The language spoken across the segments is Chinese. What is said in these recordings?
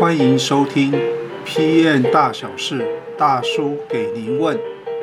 欢迎收听 PM 大小事，大叔给您问。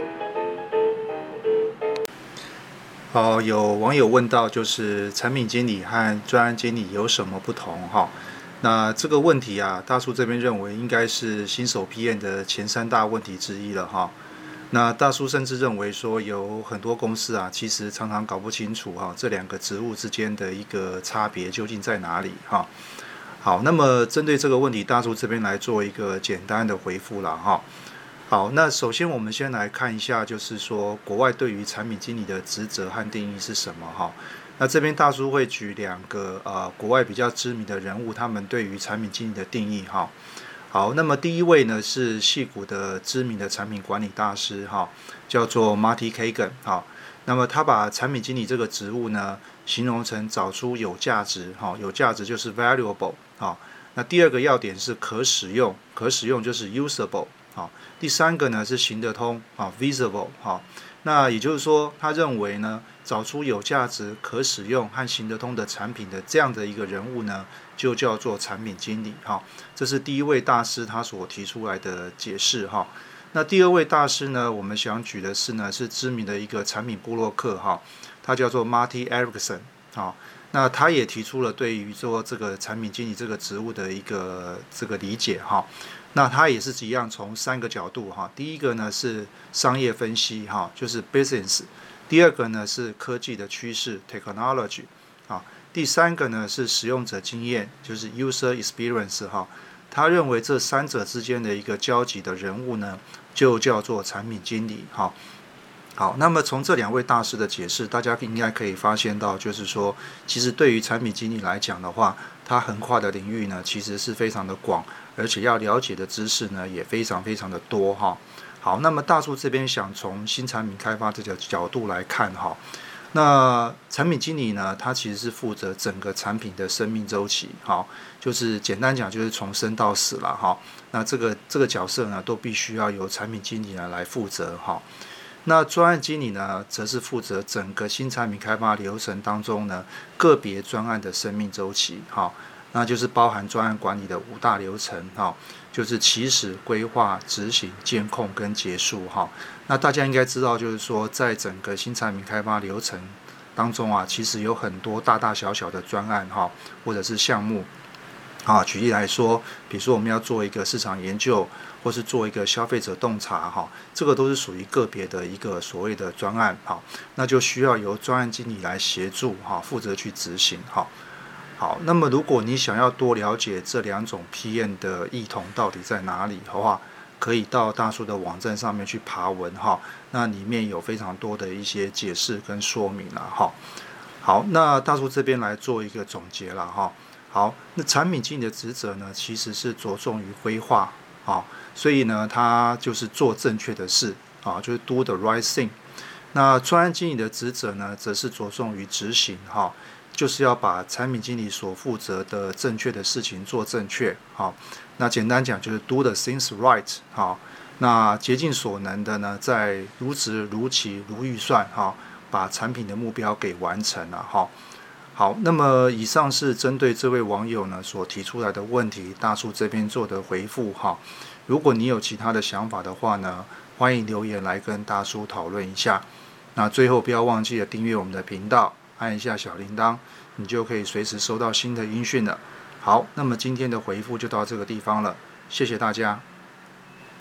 有网友问到，就是产品经理和专案经理有什么不同哈？那这个问题啊，大叔这边认为应该是新手 PM 的前3大问题之一了哈。那大叔甚至认为说，有很多公司啊，其实常常搞不清楚哈这2个职务之间的一个差别究竟在哪里哈。好，那么针对这个问题，大叔这边来做一个简单的回复了哈。好，那首先我们先来看一下，就是说国外对于产品经理的职责和定义是什么哈。那这边大叔会举2个国外比较知名的人物，他们对于产品经理的定义哈。好，那么第一位呢是矽谷的知名的产品管理大师哈，叫做 Marty Cagan 哈。那么他把产品经理这个职务呢，形容成找出有价值哈，有价值就是 valuable 哈。那第2个要点是可使用，可使用就是 usable 哈。第3个呢是行得通啊 visible 哈。那也就是说，他认为呢，找出有价值、可使用和行得通的产品的这样的一个人物呢，就叫做产品经理哈。这是第一位大师他所提出来的解释哈。那第2位大师呢，我们想举的是呢，是知名的一个产品部落客哈，他叫做 Marty Erickson 哈。那他也提出了对于说这个产品经理这个职务的一个理解哈。那他也是一样从3个角度哈。第一个呢是商业分析哈，就是 business。第2个呢是科技的趋势 technology 啊。第3个呢是使用者经验，就是 user experience 哈。他认为这3者之间的一个交集的人物呢，就叫做产品经理哈。好，那么从这2位大师的解释，大家应该可以发现到，就是说，其实对于产品经理来讲的话，他横跨的领域呢，其实是非常的广，而且要了解的知识呢，也非常非常的多哈。好，那么大叔这边想从新产品开发这个角度来看哈，那产品经理呢，他其实是负责整个产品的生命周期，好，就是简单讲就是从生到死了哈。那这个角色呢，都必须要由产品经理呢来负责哈。那专案经理呢，则是负责整个新产品开发流程当中呢，个别专案的生命周期，哈，那就是包含专案管理的5大流程，哈，就是起始、规划、执行、监控跟结束，哈。那大家应该知道，就是说，在整个新产品开发流程当中啊，其实有很多大大小小的专案，哈，或者是项目。举例来说，比如说我们要做一个市场研究，或是做一个消费者洞察，这个都是属于个别的一个所谓的专案，那就需要由专案经理来协助，负责去执行，好，那么如果你想要多了解这2种 PM 的异同到底在哪里的话，可以到大叔的网站上面去爬文，那里面有非常多的一些解释跟说明了，好，那大叔这边来做一个总结了，好，那产品经理的职责呢，其实是着重于规划，所以呢，他就是做正确的事，就是 do the right thing。那专案经理的职责呢，则是着重于执行，就是要把产品经理所负责的正确的事情做正确，那简单讲就是 do the things right，那竭尽所能的呢，在如职如期如预算，把产品的目标给完成了，好，那么以上是针对这位网友呢所提出来的问题，大叔这边做的回复哈。如果你有其他的想法的话呢，欢迎留言来跟大叔讨论一下。那最后不要忘记了订阅我们的频道，按一下小铃铛，你就可以随时收到新的音讯了。好，那么今天的回复就到这个地方了，谢谢大家。